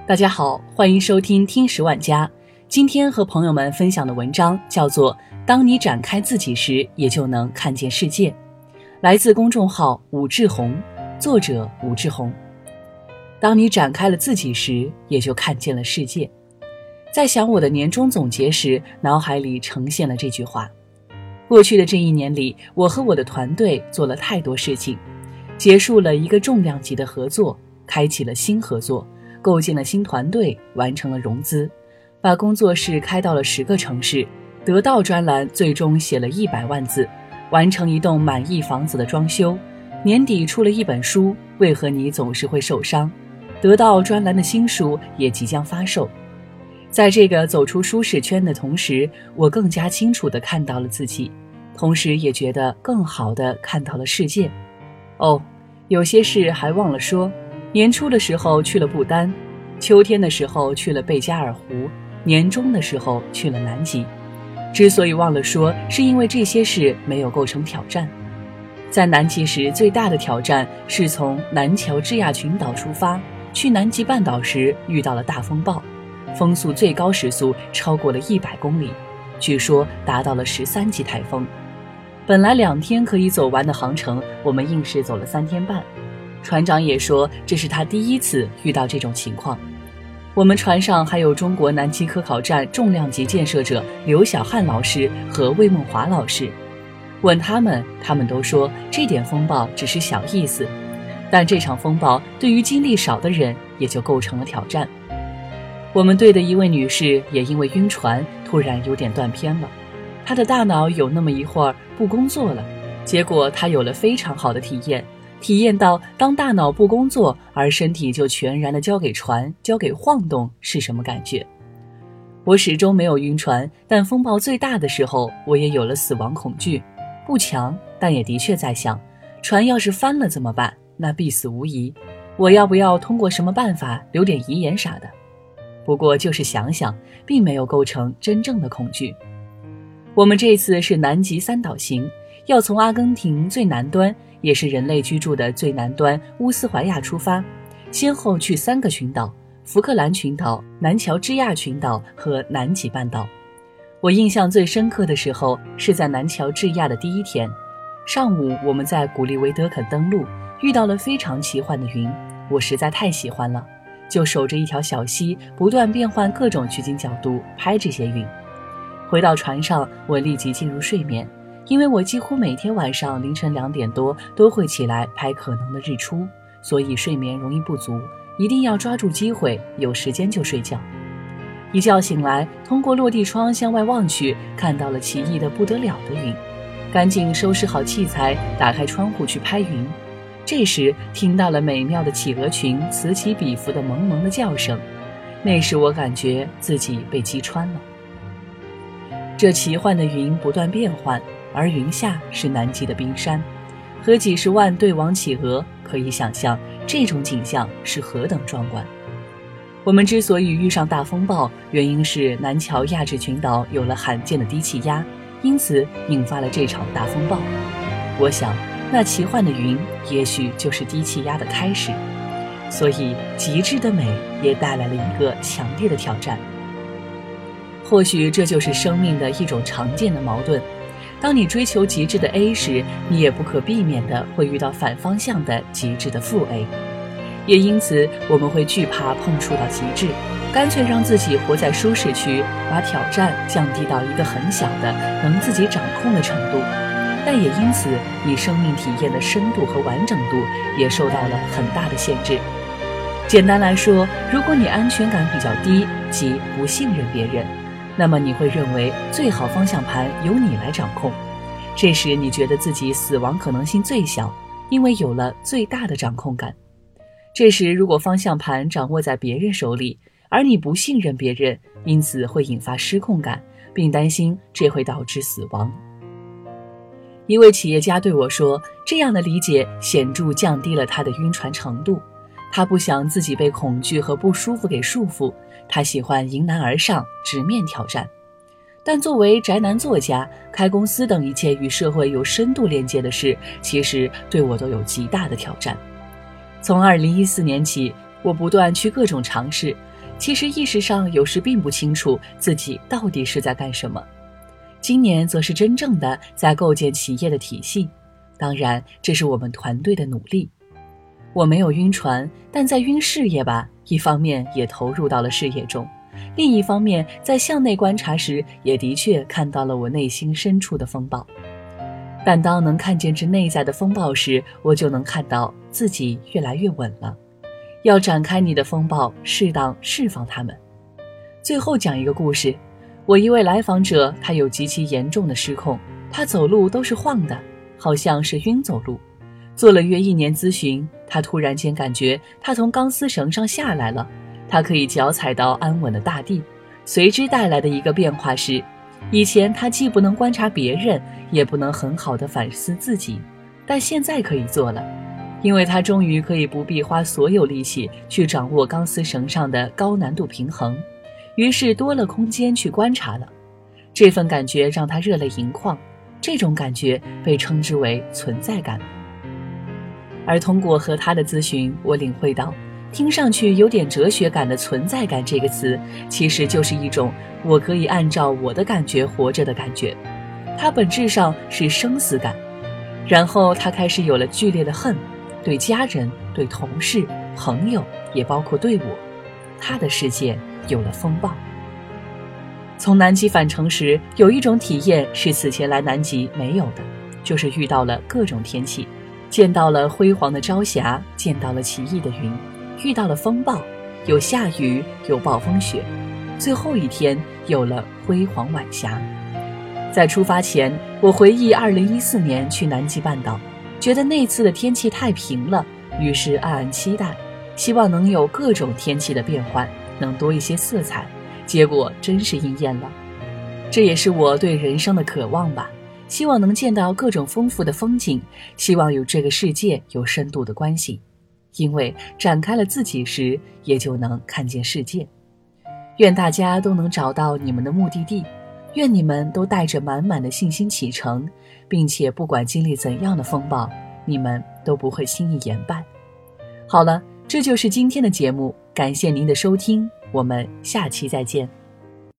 大家好，欢迎收听听10万加。今天和朋友们分享的文章叫做当你展开自己时，也就能看见世界，来自公众号武志红，作者武志红。当你展开了自己时，也就看见了世界。在想我的年终总结时，脑海里呈现了这句话。过去的这一年里，我和我的团队做了太多事情，结束了一个重量级的合作，开启了新合作，构建了新团队，完成了融资，把工作室开到了10个城市，得到专栏最终写了100万字，完成一栋满意房子的装修，年底出了一本书，为何你总是会受伤，得到专栏的新书也即将发售。在这个走出舒适圈的同时，我更加清楚地看到了自己，同时也觉得更好地看到了世界。有些事还忘了说，年初的时候去了不丹，秋天的时候去了贝加尔湖，年终的时候去了南极。之所以忘了说，是因为这些事没有构成挑战。在南极时，最大的挑战是从南乔治亚群岛出发，去南极半岛时遇到了大风暴，风速最高时速超过了100公里，据说达到了13级台风。本来2天可以走完的航程，我们硬是走了3天半。船长也说这是他第一次遇到这种情况。我们船上还有中国南极科考站重量级建设者刘小汉老师和魏梦华老师，问他们都说这点风暴只是小意思，但这场风暴对于经历少的人也就构成了挑战。我们队的一位女士也因为晕船突然有点断片了，她的大脑有那么一会儿不工作了，结果她有了非常好的体验到当大脑不工作而身体就全然的交给船，交给晃动是什么感觉。我始终没有晕船，但风暴最大的时候我也有了死亡恐惧，不强，但也的确在想，船要是翻了怎么办，那必死无疑，我要不要通过什么办法留点遗言啥的。不过就是想想，并没有构成真正的恐惧。我们这次是南极3岛行，要从阿根廷最南端，也是人类居住的最南端乌斯怀亚出发，先后去3个群岛，福克兰群岛、南乔治亚群岛和南极半岛。我印象最深刻的时候是在南乔治亚的第1天，上午我们在古利维德肯登陆，遇到了非常奇幻的云，我实在太喜欢了，就守着一条小溪，不断变换各种取景角度拍这些云。回到船上，我立即进入睡眠，因为我几乎每天晚上凌晨2点多都会起来拍可能的日出，所以睡眠容易不足，一定要抓住机会，有时间就睡觉。一觉醒来，通过落地窗向外望去，看到了奇异的不得了的云，赶紧收拾好器材，打开窗户去拍云。这时听到了美妙的企鹅群此起彼伏的萌萌的叫声，那时我感觉自己被击穿了。这奇幻的云不断变换，而云下是南极的冰山和几十万对王企鹅，可以想象这种景象是何等壮观。我们之所以遇上大风暴，原因是南乔亚治群岛有了罕见的低气压，因此引发了这场大风暴。我想那奇幻的云也许就是低气压的开始，所以极致的美也带来了一个强烈的挑战。或许这就是生命的一种常见的矛盾，当你追求极致的 A 时，你也不可避免的会遇到反方向的极致的负 A， 也因此我们会惧怕碰触到极致，干脆让自己活在舒适区，把挑战降低到一个很小的能自己掌控的程度，但也因此你生命体验的深度和完整度也受到了很大的限制。简单来说，如果你安全感比较低，即不信任别人，那么你会认为最好方向盘由你来掌控，这时你觉得自己死亡可能性最小，因为有了最大的掌控感。这时如果方向盘掌握在别人手里，而你不信任别人，因此会引发失控感，并担心这会导致死亡。一位企业家对我说，这样的理解显著降低了他的晕船程度。他不想自己被恐惧和不舒服给束缚，他喜欢迎难而上，直面挑战。但作为宅男作家，开公司等一切与社会有深度连接的事，其实对我都有极大的挑战。从2014年起，我不断去各种尝试， 其实意识上有时并不清楚自己到底是在干什么。今年则是真正的在构建企业的体系，当然这是我们团队的努力。我没有晕船，但在晕事业吧，一方面也投入到了事业中，另一方面在向内观察时，也的确看到了我内心深处的风暴。但当能看见这内在的风暴时，我就能看到自己越来越稳了。要展开你的风暴，适当释放它们。最后讲一个故事，我一位来访者，他有极其严重的失控，他走路都是晃的，好像是晕走路。做了约1年咨询，他突然间感觉他从钢丝绳上下来了，他可以脚踩到安稳的大地。随之带来的一个变化是，以前他既不能观察别人，也不能很好的反思自己，但现在可以做了，因为他终于可以不必花所有力气去掌握钢丝绳上的高难度平衡，于是多了空间去观察了。这份感觉让他热泪盈眶，这种感觉被称之为存在感。而通过和他的咨询，我领会到，听上去有点哲学感的存在感这个词，其实就是一种我可以按照我的感觉活着的感觉，它本质上是生死感。然后他开始有了剧烈的恨，对家人、对同事、朋友，也包括对我，他的世界有了风暴。从南极返程时，有一种体验是此前来南极没有的，就是遇到了各种天气，见到了辉煌的朝霞，见到了奇异的云，遇到了风暴，有下雨，有暴风雪，最后一天有了辉煌晚霞。在出发前，我回忆2014年去南极半岛，觉得那次的天气太平了，于是暗暗期待，希望能有各种天气的变换，能多一些色彩，结果真是应验了。这也是我对人生的渴望吧，希望能见到各种丰富的风景，希望与这个世界有深度的关系，因为展开了自己时，也就能看见世界。愿大家都能找到你们的目的地，愿你们都带着满满的信心启程，并且不管经历怎样的风暴，你们都不会轻易言败。好了，这就是今天的节目，感谢您的收听，我们下期再见。